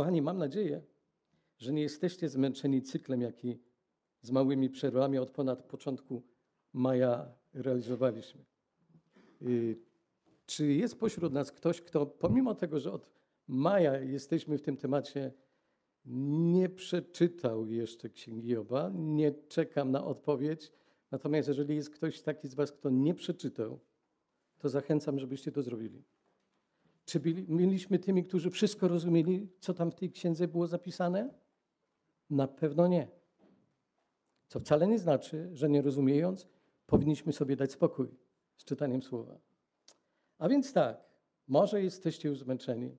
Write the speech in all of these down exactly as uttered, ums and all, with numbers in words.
Kochani, mam nadzieję, że nie jesteście zmęczeni cyklem, jaki z małymi przerwami od ponad początku maja realizowaliśmy. Yy, Czy jest pośród nas ktoś, kto pomimo tego, że od maja jesteśmy w tym temacie, nie przeczytał jeszcze Księgi Joba? Nie czekam na odpowiedź. Natomiast jeżeli jest ktoś taki z was, kto nie przeczytał, to zachęcam, żebyście to zrobili. Czy byli, byliśmy tymi, którzy wszystko rozumieli, co tam w tej księdze było zapisane? Na pewno nie. Co wcale nie znaczy, że nie rozumiejąc, powinniśmy sobie dać spokój z czytaniem słowa. A więc tak, może jesteście już zmęczeni,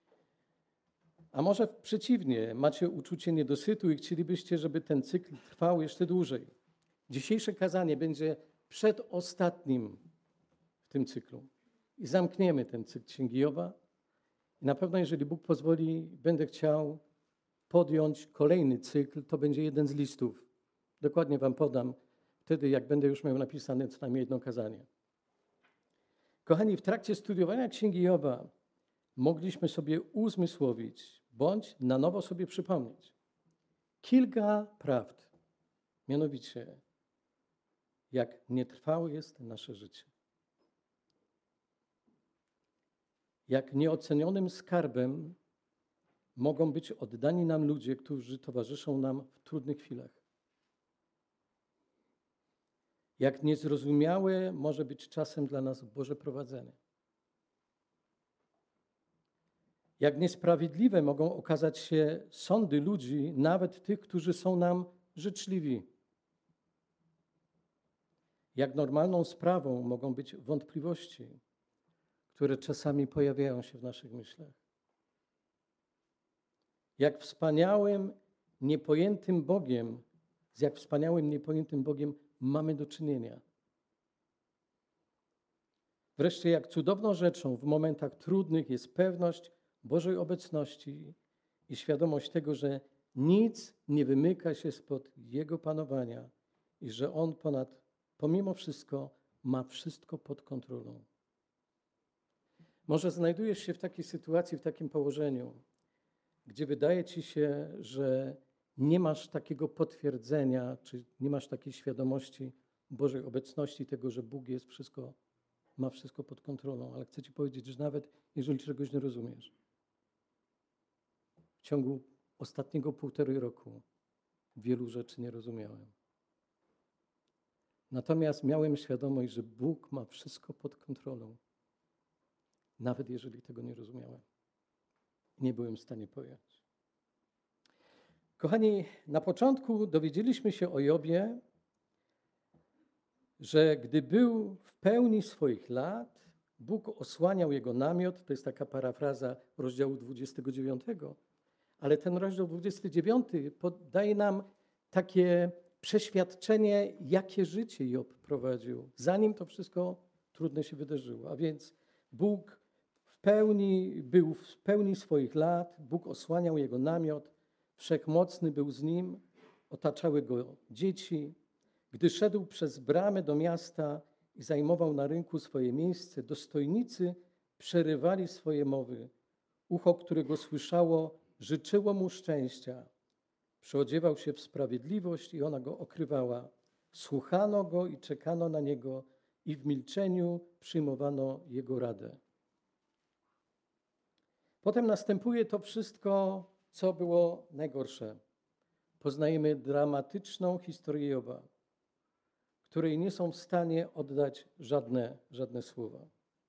a może przeciwnie, macie uczucie niedosytu i chcielibyście, żeby ten cykl trwał jeszcze dłużej. Dzisiejsze kazanie będzie przedostatnim w tym cyklu. I zamkniemy ten cykl Księgi Joba. I na pewno, jeżeli Bóg pozwoli, będę chciał podjąć kolejny cykl, to będzie jeden z listów. Dokładnie wam podam wtedy, jak będę już miał napisane co najmniej jedno kazanie. Kochani, w trakcie studiowania Księgi Joba mogliśmy sobie uzmysłowić, bądź na nowo sobie przypomnieć kilka prawd. Mianowicie, jak nietrwałe jest nasze życie. Jak nieocenionym skarbem mogą być oddani nam ludzie, którzy towarzyszą nam w trudnych chwilach. Jak niezrozumiałe może być czasem dla nas Boże prowadzenie. Jak niesprawiedliwe mogą okazać się sądy ludzi, nawet tych, którzy są nam życzliwi. Jak normalną sprawą mogą być wątpliwości, które czasami pojawiają się w naszych myślach. Jak wspaniałym, niepojętym Bogiem, z jak wspaniałym, niepojętym Bogiem mamy do czynienia. Wreszcie jak cudowną rzeczą w momentach trudnych jest pewność Bożej obecności i świadomość tego, że nic nie wymyka się spod Jego panowania i że On ponad, pomimo wszystko ma wszystko pod kontrolą. Może znajdujesz się w takiej sytuacji, w takim położeniu, gdzie wydaje ci się, że nie masz takiego potwierdzenia, czy nie masz takiej świadomości Bożej obecności, tego, że Bóg jest wszystko, ma wszystko pod kontrolą. Ale chcę ci powiedzieć, że nawet jeżeli czegoś nie rozumiesz, w ciągu ostatniego półtorej roku wielu rzeczy nie rozumiałem. Natomiast miałem świadomość, że Bóg ma wszystko pod kontrolą. Nawet jeżeli tego nie rozumiałem. Nie byłem w stanie pojąć. Kochani, na początku dowiedzieliśmy się o Jobie, że gdy był w pełni swoich lat, Bóg osłaniał jego namiot, to jest taka parafraza rozdziału dwudziestego dziewiątego, ale ten rozdział dwudziesty dziewiąty podaje nam takie przeświadczenie, jakie życie Job prowadził, zanim to wszystko trudne się wydarzyło. A więc Bóg w pełni, był w pełni swoich lat, Bóg osłaniał jego namiot, Wszechmocny był z nim, otaczały go dzieci. Gdy szedł przez bramę do miasta i zajmował na rynku swoje miejsce, dostojnicy przerywali swoje mowy. Ucho, które go słyszało, życzyło mu szczęścia. Przyodziewał się w sprawiedliwość i ona go okrywała. Słuchano go i czekano na niego i w milczeniu przyjmowano jego radę. Potem następuje to wszystko, co było najgorsze. Poznajemy dramatyczną historię Joba, której nie są w stanie oddać żadne, żadne słowa.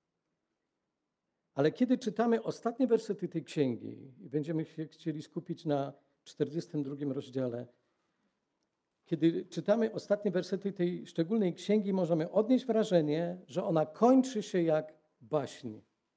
Ale kiedy czytamy ostatnie wersety tej księgi i będziemy się chcieli skupić na czterdziestym drugim rozdziale, kiedy czytamy ostatnie wersety tej szczególnej księgi, możemy odnieść wrażenie, że ona kończy się jak baśń.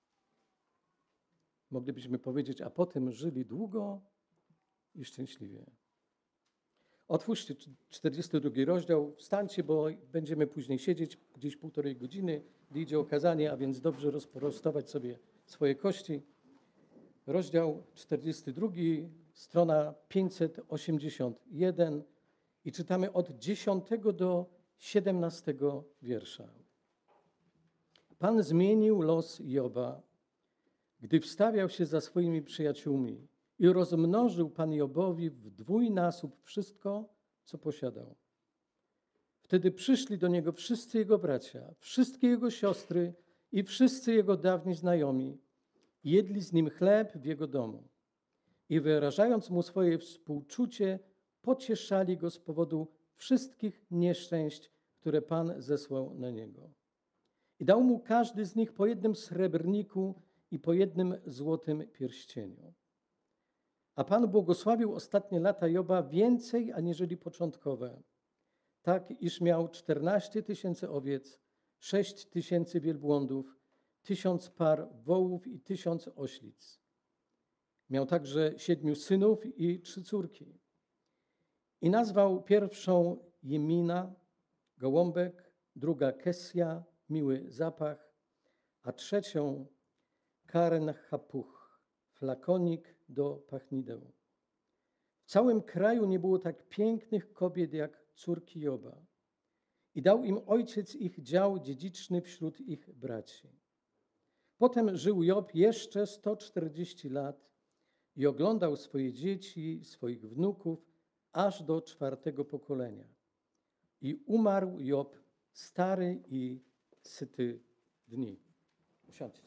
Moglibyśmy powiedzieć, a potem żyli długo i szczęśliwie. Otwórzcie czterdziesty drugi rozdział, wstańcie, bo będziemy później siedzieć gdzieś półtorej godziny, gdy idzie o kazanie, a więc dobrze rozprostować sobie swoje kości. Rozdział czterdziesty drugi, strona pięćset osiemdziesiąt jeden i czytamy od dziesiątego do siedemnastego wiersza. Pan zmienił los Joba, gdy wstawiał się za swoimi przyjaciółmi i rozmnożył Pan Jobowi w dwójnasób wszystko, co posiadał. Wtedy przyszli do niego wszyscy jego bracia, wszystkie jego siostry i wszyscy jego dawni znajomi. Jedli z nim chleb w jego domu i wyrażając mu swoje współczucie, pocieszali go z powodu wszystkich nieszczęść, które Pan zesłał na niego. I dał mu każdy z nich po jednym srebrniku i po jednym złotym pierścieniu. A Pan błogosławił ostatnie lata Joba więcej aniżeli początkowe, tak iż miał czternaście tysięcy owiec, sześć tysięcy wielbłądów, tysiąc par wołów i tysiąc oślic. Miał także siedmiu synów i trzy córki. I nazwał pierwszą Jemina, gołąbek, druga Kesja, miły zapach, a trzecią Karen Hapuch, flakonik do pachnideł. W całym kraju nie było tak pięknych kobiet jak córki Joba. I dał im ojciec ich dział dziedziczny wśród ich braci. Potem żył Job jeszcze sto czterdzieści lat i oglądał swoje dzieci, swoich wnuków, aż do czwartego pokolenia. I umarł Job stary i syty dni. Usiądźcie.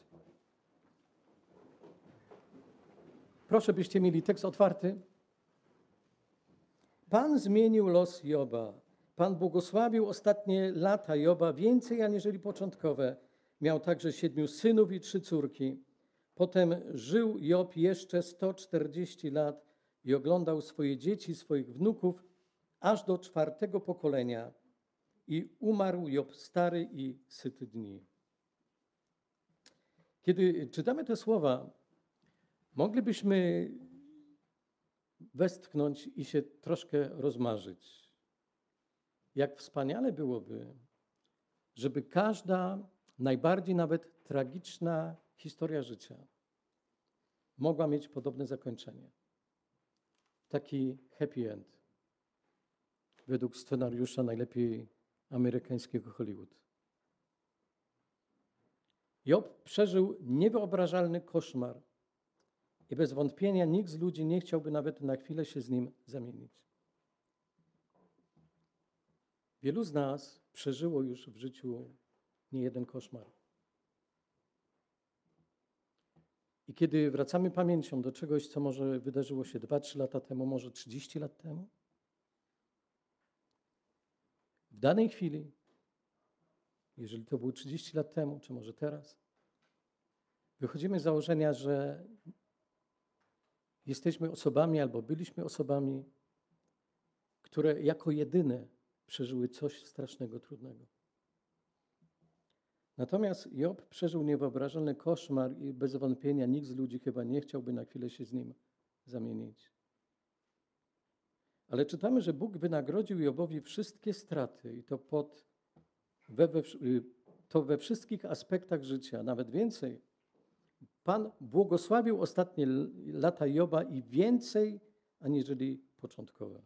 Proszę, byście mieli tekst otwarty. Pan zmienił los Joba. Pan błogosławił ostatnie lata Joba więcej aniżeli początkowe. Miał także siedmiu synów i trzy córki. Potem żył Job jeszcze sto czterdzieści lat i oglądał swoje dzieci, swoich wnuków, aż do czwartego pokolenia. I umarł Job stary i syty dni. Kiedy czytamy te słowa, moglibyśmy westchnąć i się troszkę rozmarzyć. Jak wspaniale byłoby, żeby każda, najbardziej nawet tragiczna historia życia mogła mieć podobne zakończenie. Taki happy end. Według scenariusza najlepiej amerykańskiego Hollywood. Job przeżył niewyobrażalny koszmar i bez wątpienia nikt z ludzi nie chciałby nawet na chwilę się z nim zamienić. Wielu z nas przeżyło już w życiu niejeden koszmar. I kiedy wracamy pamięcią do czegoś, co może wydarzyło się dwa trzy lata temu, może trzydzieści lat temu, w danej chwili, jeżeli to było trzydzieści lat temu, czy może teraz, wychodzimy z założenia, że jesteśmy osobami albo byliśmy osobami, które jako jedyne przeżyły coś strasznego, trudnego. Natomiast Job przeżył niewyobrażalny koszmar i bez wątpienia nikt z ludzi chyba nie chciałby na chwilę się z nim zamienić. Ale czytamy, że Bóg wynagrodził Jobowi wszystkie straty i to, pod, we, we, to we wszystkich aspektach życia, nawet więcej. Pan błogosławił ostatnie lata Joba i więcej aniżeli początkowe.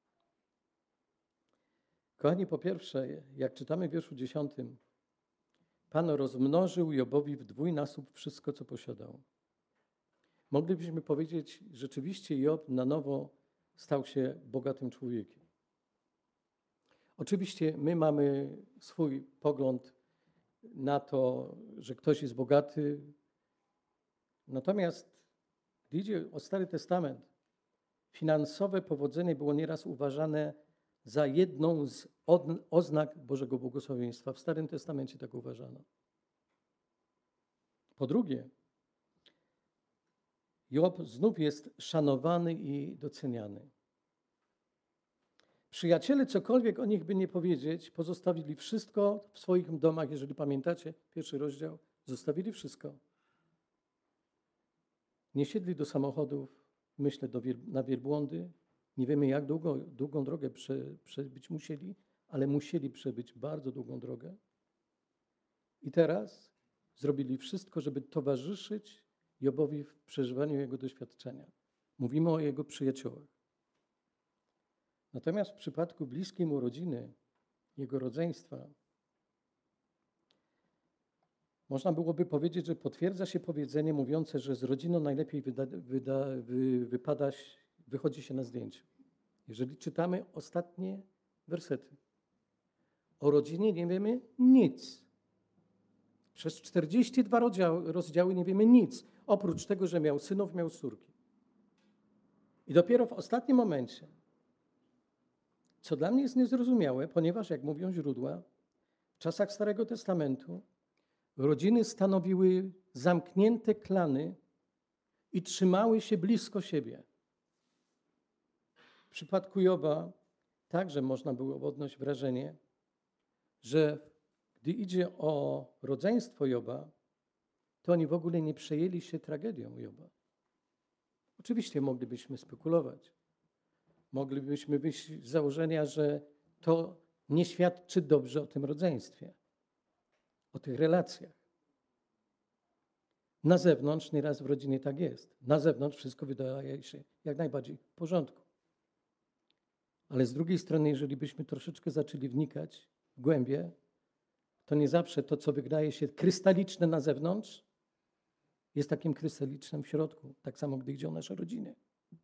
Kochani, po pierwsze, jak czytamy w wierszu dziesiątym, Pan rozmnożył Jobowi w dwójnasób wszystko, co posiadał. Moglibyśmy powiedzieć, rzeczywiście Job na nowo stał się bogatym człowiekiem. Oczywiście my mamy swój pogląd na to, że ktoś jest bogaty. Natomiast gdy idzie o Stary Testament, finansowe powodzenie było nieraz uważane za jedną z oznak Bożego błogosławieństwa. W Starym Testamencie tak uważano. Po drugie, Job znów jest szanowany i doceniany. Przyjaciele, cokolwiek o nich by nie powiedzieć, pozostawili wszystko w swoich domach. Jeżeli pamiętacie pierwszy rozdział, zostawili wszystko. Nie siedli do samochodów, myślę, do wiel- na wielbłądy. Nie wiemy, jak długo, długą drogę prze, przebyć musieli, ale musieli przebyć bardzo długą drogę. I teraz zrobili wszystko, żeby towarzyszyć Jobowi w przeżywaniu jego doświadczenia. Mówimy o jego przyjaciołach. Natomiast w przypadku bliskiej mu rodziny, jego rodzeństwa, Można byłoby powiedzieć, że potwierdza się powiedzenie mówiące, że z rodziną najlepiej wyda, wyda, wy, wypada, wychodzi się na zdjęciu. Jeżeli czytamy ostatnie wersety, o rodzinie nie wiemy nic. Przez czterdzieści dwa rozdziały, rozdziały nie wiemy nic, oprócz tego, że miał synów, miał córki. I dopiero w ostatnim momencie, co dla mnie jest niezrozumiałe, ponieważ, jak mówią źródła, w czasach Starego Testamentu rodziny stanowiły zamknięte klany i trzymały się blisko siebie. W przypadku Joba także można było odnieść wrażenie, że gdy idzie o rodzeństwo Joba, to oni w ogóle nie przejęli się tragedią Joba. Oczywiście moglibyśmy spekulować. Moglibyśmy wyjść z założenia, że to nie świadczy dobrze o tym rodzeństwie, o tych relacjach. Na zewnątrz nieraz w rodzinie tak jest. Na zewnątrz wszystko wydaje się jak najbardziej w porządku. Ale z drugiej strony, jeżeli byśmy troszeczkę zaczęli wnikać w głębie, to nie zawsze to, co wydaje się krystaliczne na zewnątrz, jest takim krystalicznym w środku. Tak samo, gdy idzie o nasze rodziny.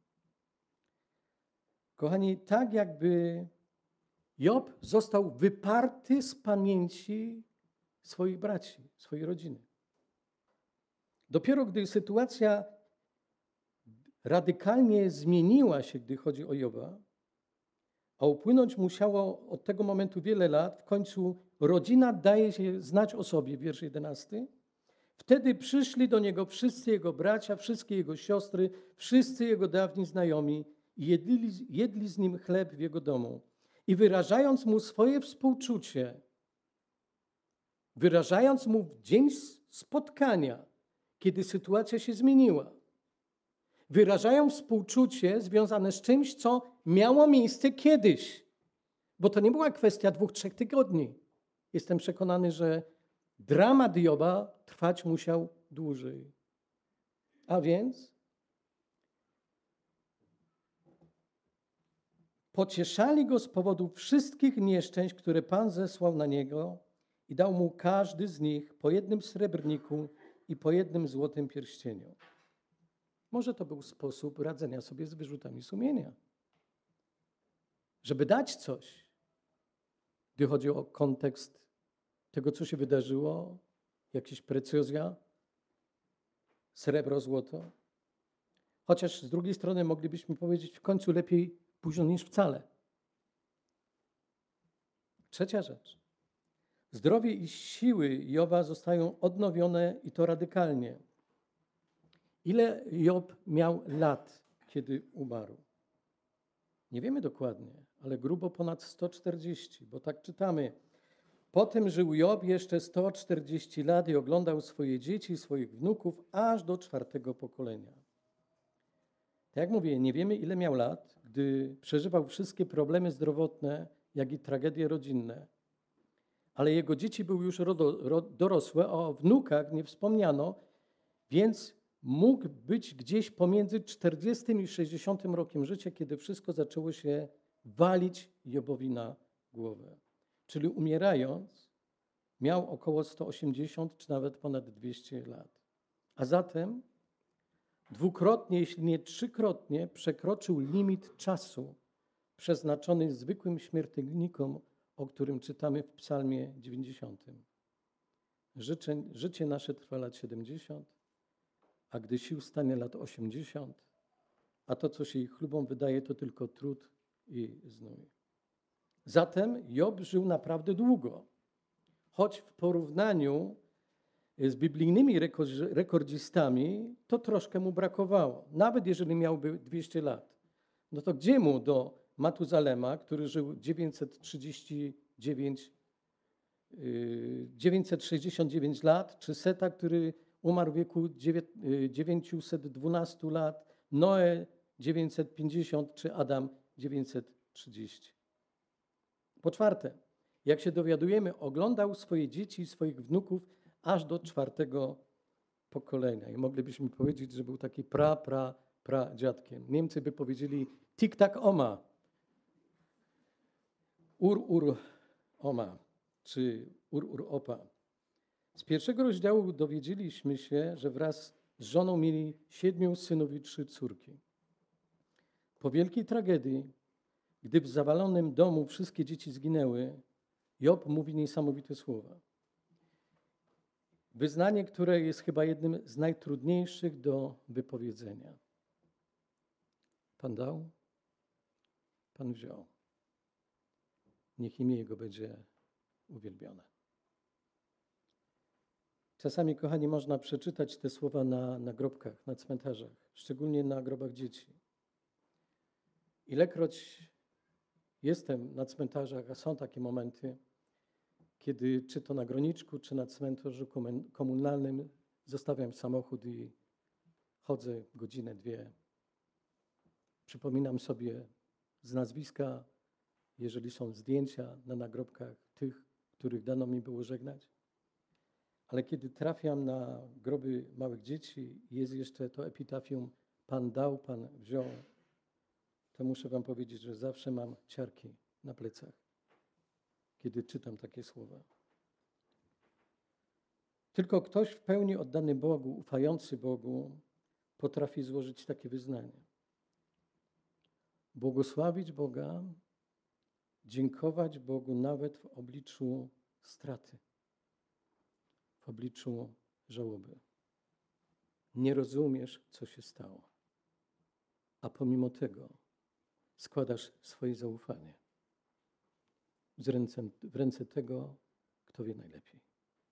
Kochani, tak jakby Job został wyparty z pamięci swoich braci, swojej rodziny. Dopiero gdy sytuacja radykalnie zmieniła się, gdy chodzi o Joba, a upłynąć musiało od tego momentu wiele lat, w końcu rodzina daje się znać o sobie, wiersz jedenasty. Wtedy przyszli do niego wszyscy jego bracia, wszystkie jego siostry, wszyscy jego dawni znajomi i jedli, jedli z nim chleb w jego domu. I wyrażając mu swoje współczucie, wyrażając mu w dzień spotkania, kiedy sytuacja się zmieniła, wyrażają współczucie związane z czymś, co miało miejsce kiedyś, bo to nie była kwestia dwóch, trzech tygodni. Jestem przekonany, że dramat Joba trwać musiał dłużej. A więc pocieszali go z powodu wszystkich nieszczęść, które Pan zesłał na niego i dał mu każdy z nich po jednym srebrniku i po jednym złotym pierścieniu. Może to był sposób radzenia sobie z wyrzutami sumienia. Żeby dać coś, gdy chodzi o kontekst tego, co się wydarzyło, jakieś precjozja, srebro, złoto. Chociaż z drugiej strony moglibyśmy powiedzieć, w końcu lepiej późno niż wcale. Trzecia rzecz. Zdrowie i siły Joba zostają odnowione i to radykalnie. Ile Job miał lat, kiedy umarł? Nie wiemy dokładnie, ale grubo ponad sto czterdzieści, bo tak czytamy. Potem żył Job jeszcze sto czterdzieści lat i oglądał swoje dzieci i swoich wnuków aż do czwartego pokolenia. Tak jak mówię, nie wiemy, ile miał lat, gdy przeżywał wszystkie problemy zdrowotne, jak i tragedie rodzinne. Ale jego dzieci były już rodo, ro, dorosłe, a o wnukach nie wspomniano, więc mógł być gdzieś pomiędzy czterdziestym i sześćdziesiątym rokiem życia, kiedy wszystko zaczęło się walić Jobowi na głowę. Czyli umierając miał około sto osiemdziesiąt czy nawet ponad dwieście lat. A zatem dwukrotnie, jeśli nie trzykrotnie, przekroczył limit czasu przeznaczony zwykłym śmiertelnikom, o którym czytamy w Psalmie dziewięćdziesiątym. Życie, życie nasze trwa lat siedemdziesiąt, a gdy sił stanie lat osiemdziesiąt, a to, co się ich chlubą wydaje, to tylko trud i znój. Zatem Job żył naprawdę długo, choć w porównaniu z biblijnymi rekordzistami to troszkę mu brakowało. Nawet jeżeli miałby dwieście lat, no to gdzie mu do Matuzalema, który żył dziewięćset trzydzieści dziewięć, dziewięćset sześćdziesiąt dziewięć lat, czy Seta, który umarł w wieku dziewięćset dwanaście lat, Noe dziewięćset pięćdziesiąt, czy Adam dziewięćset trzydzieści. Po czwarte, jak się dowiadujemy, oglądał swoje dzieci i swoich wnuków aż do czwartego pokolenia. I moglibyśmy powiedzieć, że był taki pra, pra, pra dziadkiem. Niemcy by powiedzieli tik-tak oma, ur, ur, oma, czy ur, ur, opa. Z pierwszego rozdziału dowiedzieliśmy się, że wraz z żoną mieli siedmiu synów i trzy córki. Po wielkiej tragedii, gdy w zawalonym domu wszystkie dzieci zginęły, Job mówi niesamowite słowa. Wyznanie, które jest chyba jednym z najtrudniejszych do wypowiedzenia. Pan dał, Pan wziął. Niech imię Jego będzie uwielbione. Czasami, kochani, można przeczytać te słowa na nagrobkach, na cmentarzach, szczególnie na grobach dzieci. Ilekroć jestem na cmentarzach, a są takie momenty, kiedy czy to na Groniczku, czy na cmentarzu komunalnym zostawiam samochód i chodzę godzinę, dwie. Przypominam sobie z nazwiska, jeżeli są zdjęcia na nagrobkach tych, których dano mi było żegnać. Ale kiedy trafiam na groby małych dzieci, jest jeszcze to epitafium Pan dał, Pan wziął, to muszę wam powiedzieć, że zawsze mam ciarki na plecach, kiedy czytam takie słowa. Tylko ktoś w pełni oddany Bogu, ufający Bogu, potrafi złożyć takie wyznanie. Błogosławić Boga, dziękować Bogu nawet w obliczu straty, w obliczu żałoby. Nie rozumiesz, co się stało, a pomimo tego składasz swoje zaufanie w ręce, w ręce tego, kto wie najlepiej.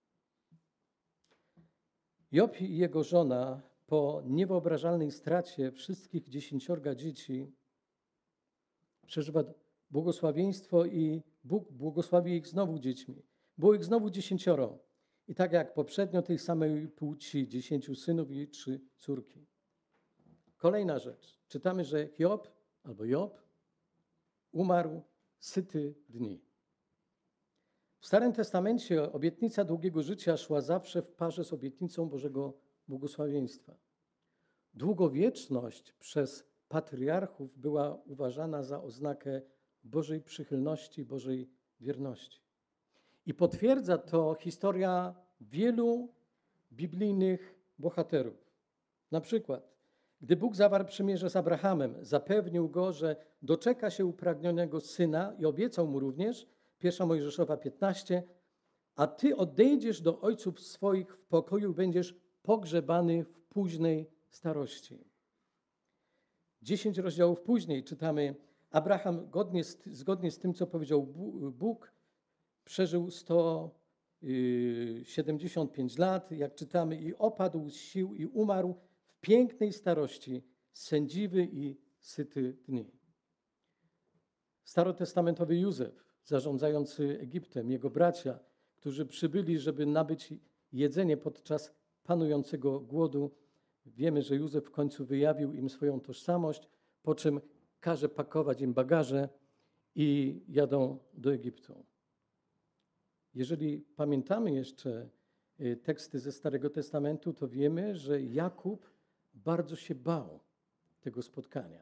Job i jego żona po niewyobrażalnej stracie wszystkich dziesięciorga dzieci przeżywa błogosławieństwo i Bóg błogosławi ich znowu dziećmi. Było ich znowu dziesięcioro. I tak jak poprzednio tej samej płci, dziesięciu synów i trzy córki. Kolejna rzecz. Czytamy, że Hiob albo Job umarł syty dni. W Starym Testamencie obietnica długiego życia szła zawsze w parze z obietnicą Bożego błogosławieństwa. Długowieczność przez patriarchów była uważana za oznakę Bożej przychylności, Bożej wierności. I potwierdza to historia wielu biblijnych bohaterów. Na przykład, gdy Bóg zawarł przymierze z Abrahamem, zapewnił go, że doczeka się upragnionego syna i obiecał mu również, pierwsza Mojżeszowa piętnaście, a ty odejdziesz do ojców swoich w pokoju, będziesz pogrzebany w późnej starości. Dziesięć rozdziałów później czytamy, Abraham godnie z, zgodnie z tym, co powiedział Bóg, przeżył sto siedemdziesiąt pięć lat, jak czytamy, i opadł z sił i umarł w pięknej starości, sędziwy i syty dni. Starotestamentowy Józef, zarządzający Egiptem, jego bracia, którzy przybyli, żeby nabyć jedzenie podczas panującego głodu. Wiemy, że Józef w końcu wyjawił im swoją tożsamość, po czym każe pakować im bagaże i jadą do Egiptu. Jeżeli pamiętamy jeszcze teksty ze Starego Testamentu, to wiemy, że Jakub bardzo się bał tego spotkania.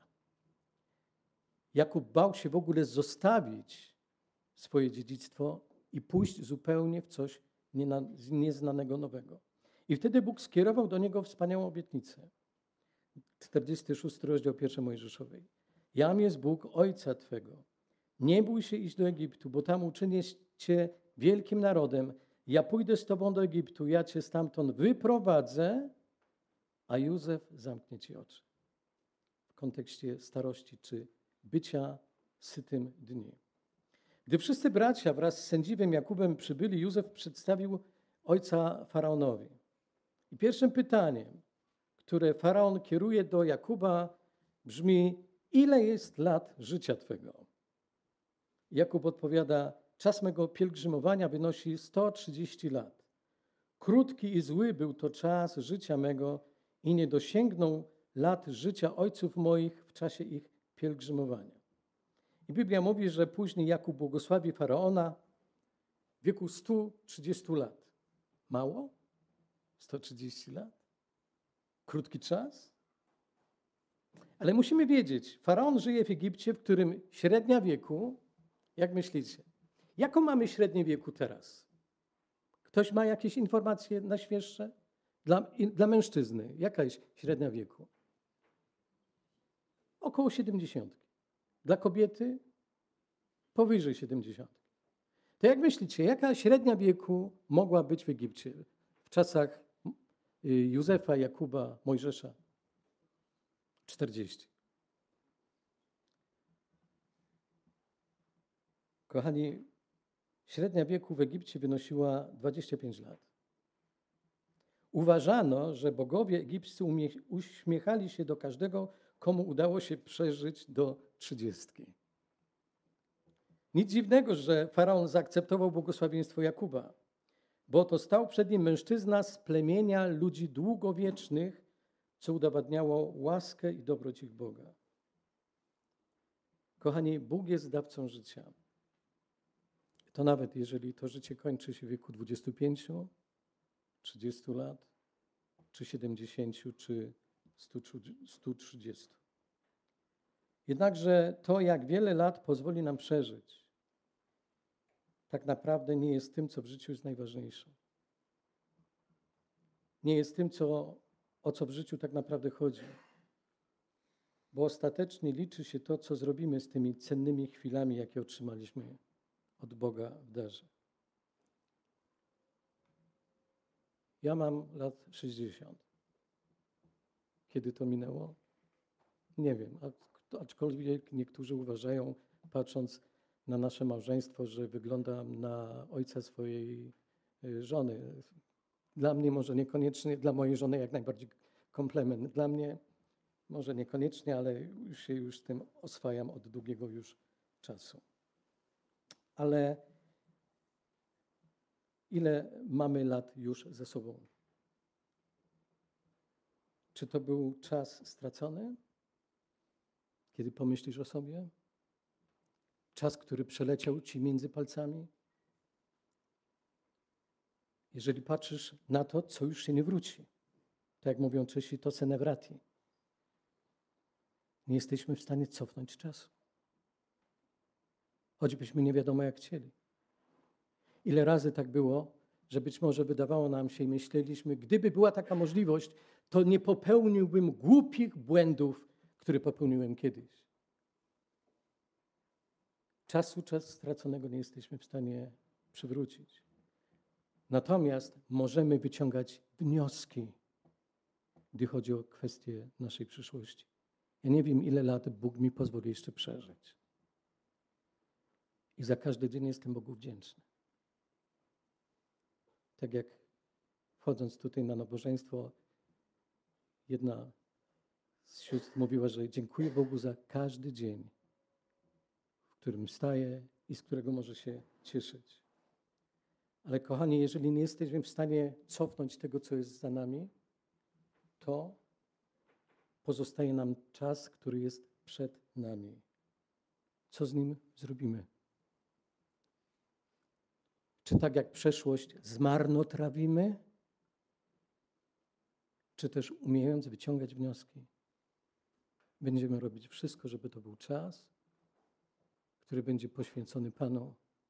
Jakub bał się w ogóle zostawić swoje dziedzictwo i pójść zupełnie w coś nieznanego, nowego. I wtedy Bóg skierował do niego wspaniałą obietnicę. czterdziesty szósty rozdział pierwszej Mojżeszowej. Jam jest Bóg Ojca Twego. Nie bój się iść do Egiptu, bo tam uczynię Cię wielkim narodem. Ja pójdę z Tobą do Egiptu, ja Cię stamtąd wyprowadzę, a Józef zamknie Ci oczy. W kontekście starości czy bycia sytym dni. Gdy wszyscy bracia wraz z sędziwym Jakubem przybyli, Józef przedstawił ojca Faraonowi. I pierwszym pytaniem, które Faraon kieruje do Jakuba, brzmi: ile jest lat życia Twego? Jakub odpowiada: czas mego pielgrzymowania wynosi sto trzydzieści lat. Krótki i zły był to czas życia mego i nie dosięgnął lat życia ojców moich w czasie ich pielgrzymowania. I Biblia mówi, że później Jakub błogosławi Faraona w wieku stu trzydziestu lat. Mało? sto trzydzieści lat? Krótki czas? Ale musimy wiedzieć, Faraon żyje w Egipcie, w którym średnia wieku, jak myślicie, jaką mamy średnią wieku teraz? Ktoś ma jakieś informacje najświeższe? Dla, i, dla mężczyzny, jaka jest średnia wieku? Około siedemdziesiątki. Dla kobiety powyżej siedemdziesiątki. To jak myślicie, jaka średnia wieku mogła być w Egipcie w czasach Józefa, Jakuba, Mojżesza? czterdzieści. Kochani, średnia wieku w Egipcie wynosiła dwadzieścia pięć lat. Uważano, że bogowie egipscy uśmiechali się do każdego, komu udało się przeżyć do trzydziestki. Nic dziwnego, że faraon zaakceptował błogosławieństwo Jakuba, bo to stał przed nim mężczyzna z plemienia ludzi długowiecznych, co udowadniało łaskę i dobroć ich Boga. Kochani, Bóg jest dawcą życia. To nawet jeżeli to życie kończy się w wieku dwudziestu pięciu, trzydziestu lat, czy siedemdziesięciu, czy stu trzydziestu. Jednakże to, jak wiele lat pozwoli nam przeżyć, tak naprawdę nie jest tym, co w życiu jest najważniejsze. Nie jest tym, co, o co w życiu tak naprawdę chodzi. Bo ostatecznie liczy się to, co zrobimy z tymi cennymi chwilami, jakie otrzymaliśmy od Boga w darze. Ja mam lat sześćdziesiąt. Kiedy to minęło? Nie wiem, aczkolwiek niektórzy uważają, patrząc na nasze małżeństwo, że wyglądam na ojca swojej żony. Dla mnie może niekoniecznie, dla mojej żony jak najbardziej komplement. Dla mnie może niekoniecznie, ale już się już z tym oswajam od długiego już czasu. Ale ile mamy lat już ze sobą? Czy to był czas stracony? Kiedy pomyślisz o sobie? Czas, który przeleciał ci między palcami? Jeżeli patrzysz na to, co już się nie wróci, tak jak mówią Czesi, to se ne vrati. Nie jesteśmy w stanie cofnąć czasu. Choćbyśmy nie wiadomo jak chcieli. Ile razy tak było, że być może wydawało nam się i myśleliśmy, gdyby była taka możliwość, to nie popełniłbym głupich błędów, które popełniłem kiedyś. Czasu, czas straconego nie jesteśmy w stanie przywrócić. Natomiast możemy wyciągać wnioski, gdy chodzi o kwestię naszej przyszłości. Ja nie wiem, ile lat Bóg mi pozwoli jeszcze przeżyć. I za każdy dzień jestem Bogu wdzięczny. Tak jak wchodząc tutaj na nabożeństwo, jedna z sióstr mówiła, że dziękuję Bogu za każdy dzień, w którym wstaje i z którego może się cieszyć. Ale kochani, jeżeli nie jesteśmy w stanie cofnąć tego, co jest za nami, to pozostaje nam czas, który jest przed nami. Co z nim zrobimy? Czy tak jak przeszłość zmarnotrawimy? Czy też umiejąc wyciągać wnioski, będziemy robić wszystko, żeby to był czas, który będzie poświęcony Panu.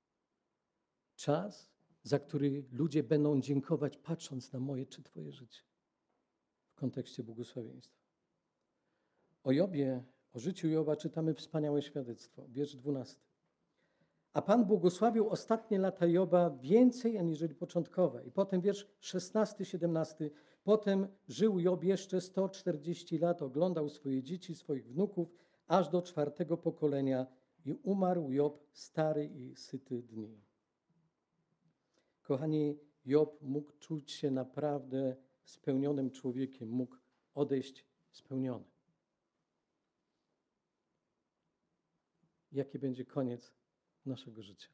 Czas, za który ludzie będą dziękować, patrząc na moje czy Twoje życie w kontekście błogosławieństwa. O Jobie, o życiu Joba czytamy wspaniałe świadectwo. Wiersz dwunasty. A Pan błogosławił ostatnie lata Joba więcej aniżeli początkowe. I potem wiersz szesnasty, siedemnasty. Potem żył Job jeszcze sto czterdzieści lat, oglądał swoje dzieci, swoich wnuków, aż do czwartego pokolenia i umarł Job stary i syty dni. Kochani, Job mógł czuć się naprawdę spełnionym człowiekiem, mógł odejść spełniony. Jaki będzie koniec naszego życia?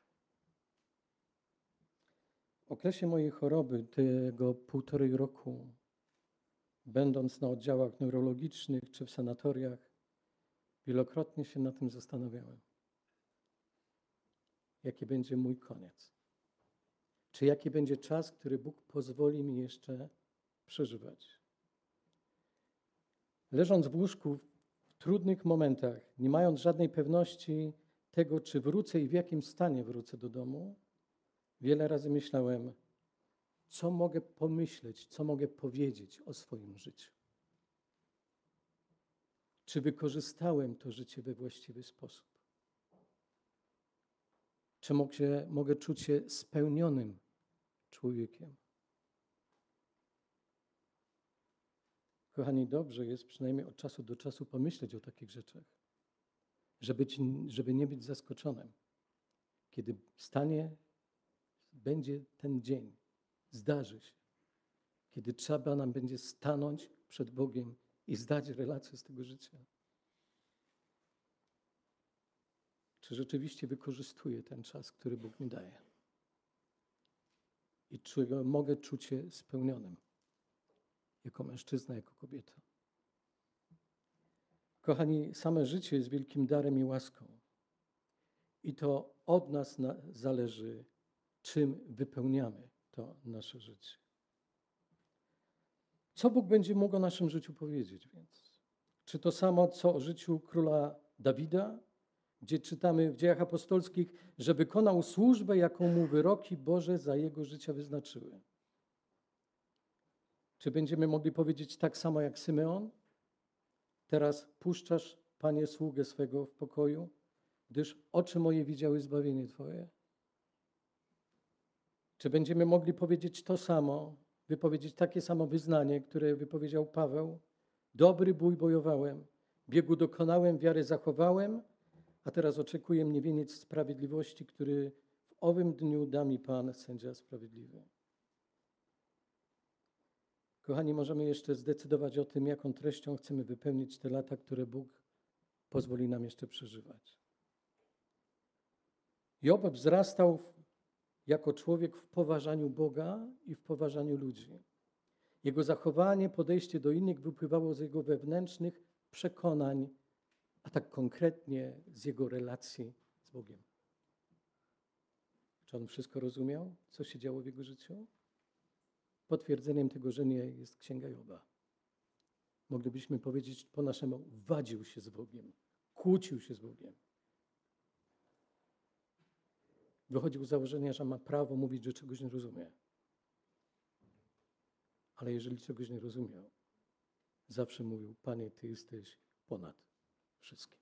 W okresie mojej choroby, tego półtorej roku, będąc na oddziałach neurologicznych czy w sanatoriach, wielokrotnie się nad tym zastanawiałem. Jaki będzie mój koniec? Czy jaki będzie czas, który Bóg pozwoli mi jeszcze przeżywać? Leżąc w łóżku w trudnych momentach, nie mając żadnej pewności tego, czy wrócę i w jakim stanie wrócę do domu, wiele razy myślałem, co mogę pomyśleć, co mogę powiedzieć o swoim życiu. Czy wykorzystałem to życie we właściwy sposób? Czy mogę, mogę czuć się spełnionym człowiekiem? Kochani, dobrze jest przynajmniej od czasu do czasu pomyśleć o takich rzeczach, żeby, ci, żeby nie być zaskoczonym, kiedy stanie, będzie ten dzień, zdarzy się, kiedy trzeba nam będzie stanąć przed Bogiem i zdać relację z tego życia. Czy rzeczywiście wykorzystuję ten czas, który Bóg mi daje? I czy mogę czuć się spełnionym jako mężczyzna, jako kobieta? Kochani, same życie jest wielkim darem i łaską. I to od nas na, zależy, czym wypełniamy to nasze życie. Co Bóg będzie mógł o naszym życiu powiedzieć więc? Czy to samo, co o życiu króla Dawida, gdzie czytamy w Dziejach Apostolskich, że wykonał służbę, jaką mu wyroki Boże za jego życia wyznaczyły? Czy będziemy mogli powiedzieć tak samo jak Symeon? Teraz puszczasz, Panie, sługę swego w pokoju, gdyż oczy moje widziały zbawienie Twoje. Czy będziemy mogli powiedzieć to samo, wypowiedzieć takie samo wyznanie, które wypowiedział Paweł? Dobry bój bojowałem, biegu dokonałem, wiary zachowałem, a teraz oczekuję mnie wieniec sprawiedliwości, który w owym dniu da mi Pan, sędzia sprawiedliwy. Kochani, możemy jeszcze zdecydować o tym, jaką treścią chcemy wypełnić te lata, które Bóg pozwoli nam jeszcze przeżywać. Job wzrastał jako człowiek w poważaniu Boga i w poważaniu ludzi. Jego zachowanie, podejście do innych wypływało z jego wewnętrznych przekonań, a tak konkretnie z jego relacji z Bogiem. Czy on wszystko rozumiał, co się działo w jego życiu? Potwierdzeniem tego, że nie, jest Księga Joba. Moglibyśmy powiedzieć po naszemu, wadził się z Bogiem, kłócił się z Bogiem. Wychodził z założenia, że ma prawo mówić, że czegoś nie rozumie. Ale jeżeli czegoś nie rozumiał, zawsze mówił, Panie, Ty jesteś ponad wszystkim.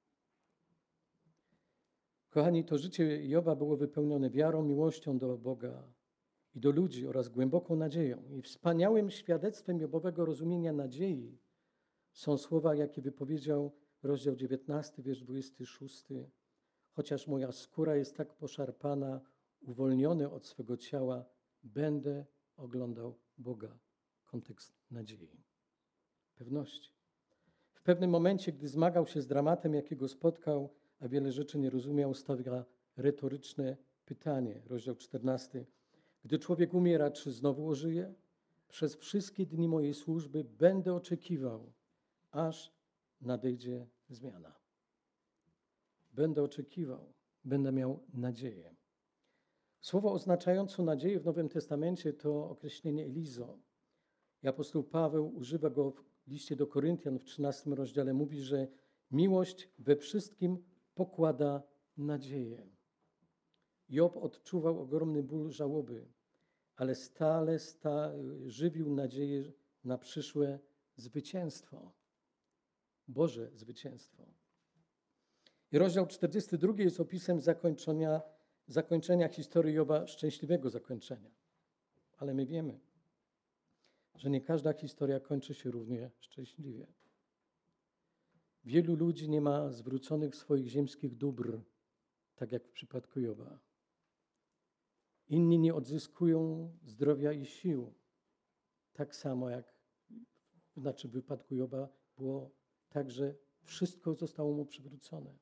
Kochani, to życie Joba było wypełnione wiarą, miłością do Boga i do ludzi oraz głęboką nadzieją. I wspaniałym świadectwem Jobowego rozumienia nadziei są słowa, jakie wypowiedział rozdział dziewiętnasty, wiersz dwudziesty szósty. Chociaż moja skóra jest tak poszarpana, uwolniony od swego ciała, będę oglądał Boga. Kontekst nadziei, pewności. W pewnym momencie, gdy zmagał się z dramatem, jakiego spotkał, a wiele rzeczy nie rozumiał, stawia retoryczne pytanie, rozdział czternasty. Gdy człowiek umiera, czy znowu ożyje? Przez wszystkie dni mojej służby będę oczekiwał, aż nadejdzie zmiana. Będę oczekiwał, będę miał nadzieję. Słowo oznaczające nadzieję w Nowym Testamencie to określenie Elizo. I apostoł Paweł używa go w liście do Koryntian w trzynastym rozdziale. Mówi, że miłość we wszystkim pokłada nadzieję. Job odczuwał ogromny ból żałoby, ale stale sta, żywił nadzieję na przyszłe zwycięstwo. Boże zwycięstwo. I rozdział czterdziesty drugi jest opisem zakończenia, zakończenia historii Joba, szczęśliwego zakończenia. Ale my wiemy, że nie każda historia kończy się równie szczęśliwie. Wielu ludzi nie ma zwróconych swoich ziemskich dóbr, tak jak w przypadku Joba. Inni nie odzyskują zdrowia i sił, tak samo jak znaczy w wypadku Joba było tak, że wszystko zostało mu przywrócone.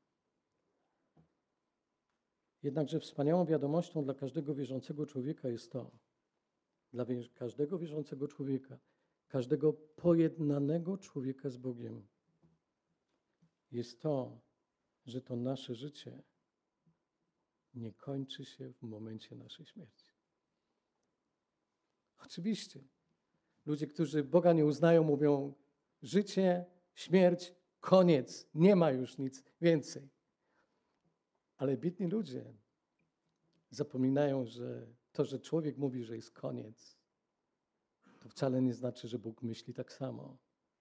Jednakże wspaniałą wiadomością dla każdego wierzącego człowieka jest to, dla każdego wierzącego człowieka, każdego pojednanego człowieka z Bogiem, jest to, że to nasze życie nie kończy się w momencie naszej śmierci. Oczywiście, ludzie, którzy Boga nie uznają, mówią życie, śmierć, koniec, nie ma już nic więcej. Ale biedni ludzie zapominają, że To, że człowiek mówi, że jest koniec, to wcale nie znaczy, że Bóg myśli tak samo.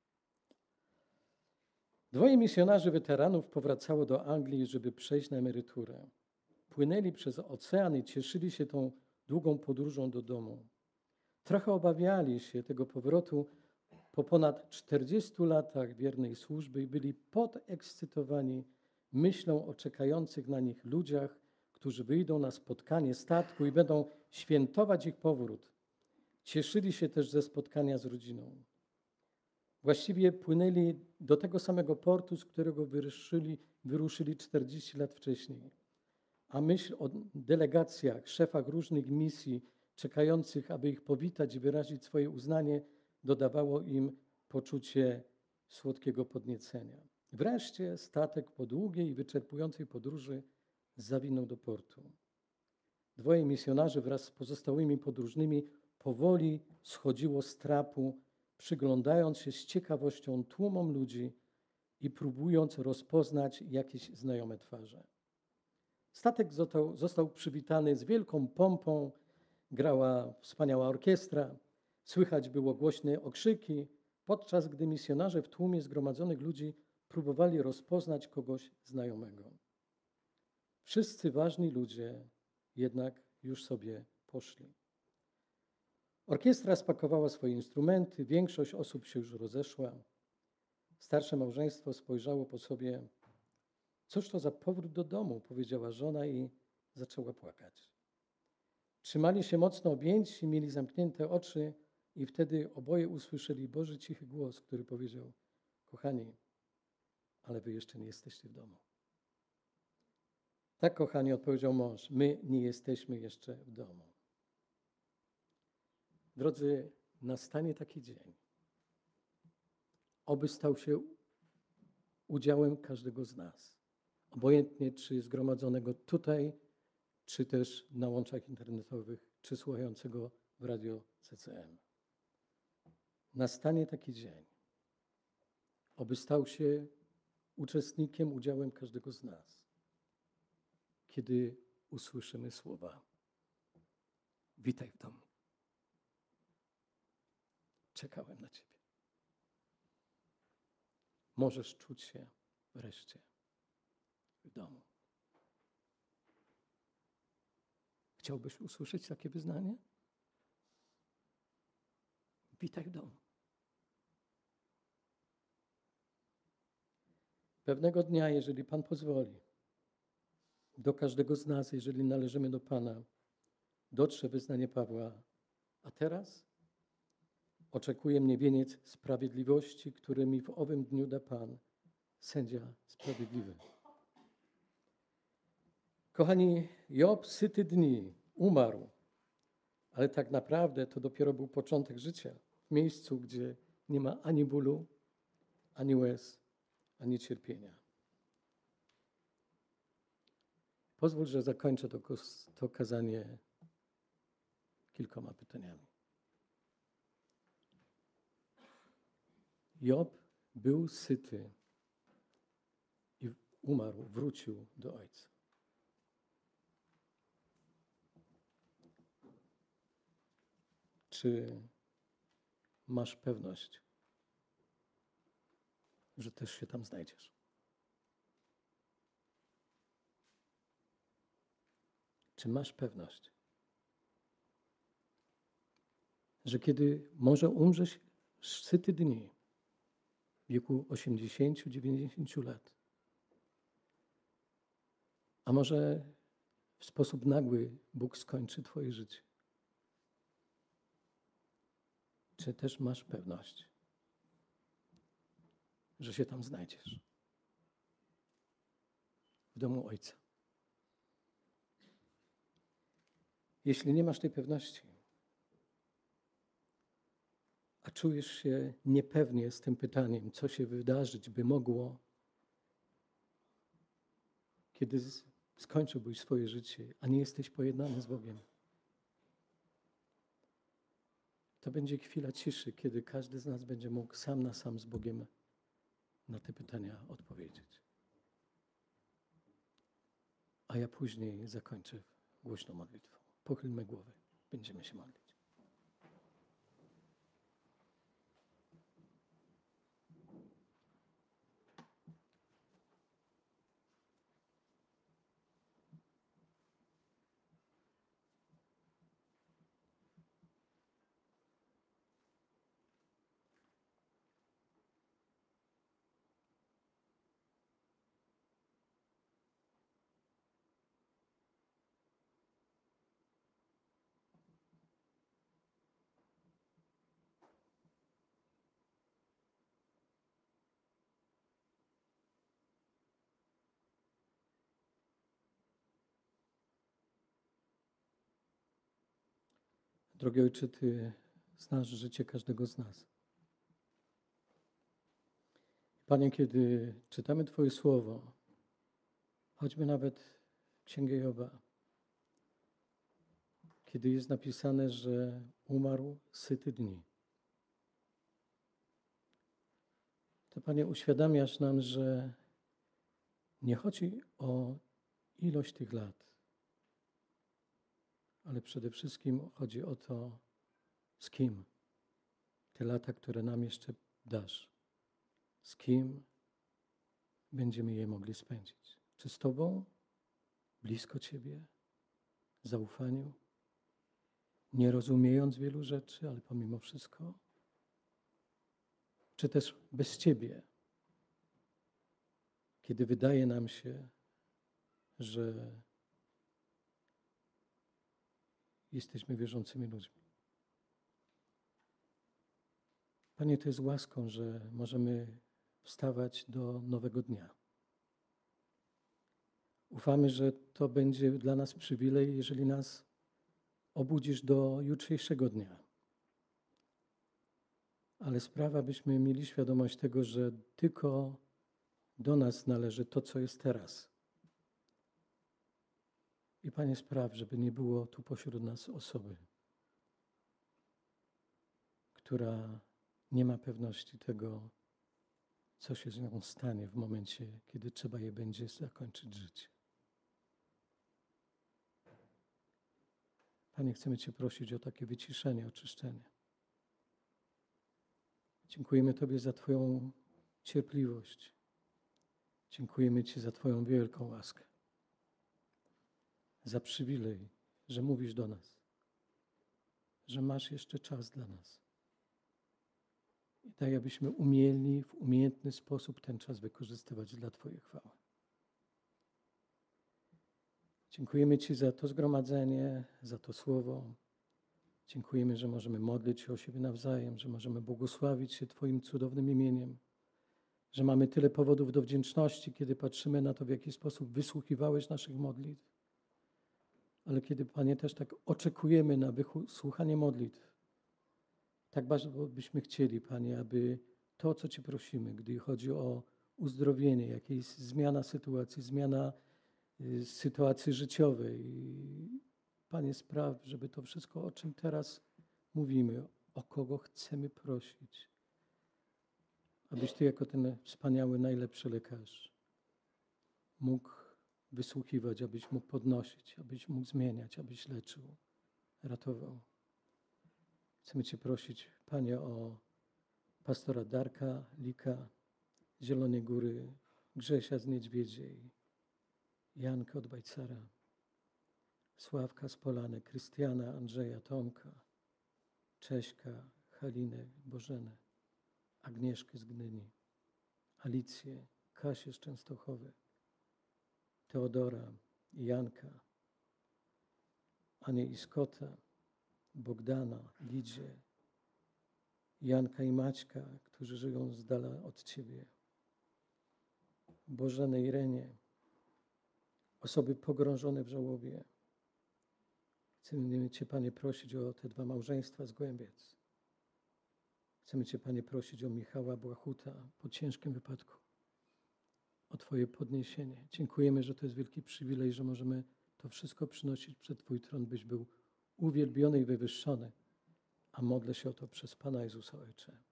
Dwoje misjonarzy weteranów powracało do Anglii, żeby przejść na emeryturę. Płynęli przez ocean i cieszyli się tą długą podróżą do domu. Trochę obawiali się tego powrotu po ponad czterdziestu latach wiernej służby i byli podekscytowani myślą o czekających na nich ludziach, którzy wyjdą na spotkanie statku i będą świętować ich powrót. Cieszyli się też ze spotkania z rodziną. Właściwie płynęli do tego samego portu, z którego wyruszyli, wyruszyli czterdzieści lat wcześniej. A myśl o delegacjach, szefach różnych misji, czekających, aby ich powitać i wyrazić swoje uznanie, dodawało im poczucie słodkiego podniecenia. Wreszcie statek po długiej i wyczerpującej podróży zawinął do portu. Dwoje misjonarzy wraz z pozostałymi podróżnymi powoli schodziło z trapu, przyglądając się z ciekawością tłumom ludzi i próbując rozpoznać jakieś znajome twarze. Statek został, został przywitany z wielką pompą, grała wspaniała orkiestra, słychać było głośne okrzyki, podczas gdy misjonarze w tłumie zgromadzonych ludzi próbowali rozpoznać kogoś znajomego. Wszyscy ważni ludzie jednak już sobie poszli. Orkiestra spakowała swoje instrumenty, większość osób się już rozeszła. Starsze małżeństwo spojrzało po sobie. Cóż to za powrót do domu, powiedziała żona i zaczęła płakać. Trzymali się mocno objęci, mieli zamknięte oczy i wtedy oboje usłyszeli Boży cichy głos, który powiedział: kochani, ale wy jeszcze nie jesteście w domu. Tak, kochani, odpowiedział mąż, my nie jesteśmy jeszcze w domu. Drodzy, nastanie taki dzień, oby stał się udziałem każdego z nas, obojętnie czy zgromadzonego tutaj, czy też na łączach internetowych, czy słuchającego w radio C C M. Nastanie taki dzień, oby stał się uczestnikiem, udziałem każdego z nas, kiedy usłyszymy słowa: witaj w domu. Czekałem na Ciebie. Możesz czuć się wreszcie w domu. Chciałbyś usłyszeć takie wyznanie? Witaj w domu. Pewnego dnia, jeżeli Pan pozwoli, do każdego z nas, jeżeli należymy do Pana, dotrze wyznanie Pawła. A teraz oczekuje mnie wieniec sprawiedliwości, który mi w owym dniu da Pan, sędzia sprawiedliwy. Kochani, Job syty dni umarł, ale tak naprawdę to dopiero był początek życia w miejscu, gdzie nie ma ani bólu, ani łez, ani cierpienia. Pozwól, że zakończę to, to kazanie kilkoma pytaniami. Job był syty i umarł, wrócił do Ojca. Czy masz pewność, że też się tam znajdziesz? Czy masz pewność, że kiedy może umrzesz syty dni, w wieku osiemdziesięciu, dziewięćdziesięciu lat, a może w sposób nagły Bóg skończy Twoje życie? Czy też masz pewność, że się tam znajdziesz? W domu Ojca. Jeśli nie masz tej pewności, a czujesz się niepewnie z tym pytaniem, co się wydarzyć by mogło, kiedy skończyłbyś swoje życie, a nie jesteś pojednany z Bogiem, to będzie chwila ciszy, kiedy każdy z nas będzie mógł sam na sam z Bogiem na te pytania odpowiedzieć. A ja później zakończę głośną modlitwą. Pochylmy głowy. Będziemy się modlić. Drogi Ojcze, Ty znasz życie każdego z nas. Panie, kiedy czytamy Twoje słowo, choćby nawet Księgę Joba, kiedy jest napisane, że umarł syty dni, to Panie, uświadamiasz nam, że nie chodzi o ilość tych lat, ale przede wszystkim chodzi o to, z kim te lata, które nam jeszcze dasz, z kim będziemy je mogli spędzić. Czy z Tobą, blisko Ciebie, w zaufaniu, nie rozumiejąc wielu rzeczy, ale pomimo wszystko, czy też bez Ciebie, kiedy wydaje nam się, że jesteśmy wierzącymi ludźmi. Panie, to jest łaską, że możemy wstawać do nowego dnia. Ufamy, że to będzie dla nas przywilej, jeżeli nas obudzisz do jutrzejszego dnia. Ale sprawa, byśmy mieli świadomość tego, że tylko do nas należy to, co jest teraz. I Panie, spraw, żeby nie było tu pośród nas osoby, która nie ma pewności tego, co się z nią stanie w momencie, kiedy trzeba jej będzie zakończyć życie. Panie, chcemy Cię prosić o takie wyciszenie, oczyszczenie. Dziękujemy Tobie za Twoją cierpliwość. Dziękujemy Ci za Twoją wielką łaskę. Za przywilej, że mówisz do nas, że masz jeszcze czas dla nas. I daj, abyśmy umieli w umiejętny sposób ten czas wykorzystywać dla Twojej chwały. Dziękujemy Ci za to zgromadzenie, za to słowo. Dziękujemy, że możemy modlić się o siebie nawzajem, że możemy błogosławić się Twoim cudownym imieniem, że mamy tyle powodów do wdzięczności, kiedy patrzymy na to, w jaki sposób wysłuchiwałeś naszych modlitw. Ale kiedy, Panie, też tak oczekujemy na wysłuchanie modlitw, tak bardzo byśmy chcieli, Panie, aby to, co Cię prosimy, gdy chodzi o uzdrowienie, jakieś zmiana sytuacji, zmiana y, sytuacji życiowej, Panie, spraw, żeby to wszystko, o czym teraz mówimy, o kogo chcemy prosić, abyś Ty jako ten wspaniały, najlepszy lekarz mógł wysłuchiwać, abyś mógł podnosić, abyś mógł zmieniać, abyś leczył, ratował. Chcemy Cię prosić, Panie, o pastora Darka Lika z Zielonej Góry, Grzesia z Niedźwiedziej, Janka od Bajcara, Sławka z Polany, Krystiana, Andrzeja, Tomka, Cześka, Halinę, Bożenę, Agnieszkę z Gdyni, Alicję, Kasię z Częstochowy, Teodora i Janka, Anię i Skota, Bogdana, Lidzie, Janka i Maćka, którzy żyją z dala od Ciebie, Bożenę i Renię, osoby pogrążone w żałobie. Chcemy Cię, Panie, prosić o te dwa małżeństwa z Głębiec. Chcemy Cię, Panie, prosić o Michała Błachuta po ciężkim wypadku, o Twoje podniesienie. Dziękujemy, że to jest wielki przywilej, że możemy to wszystko przynosić przed Twój tron, byś był uwielbiony i wywyższony. A modlę się o to przez Pana Jezusa, Ojcze.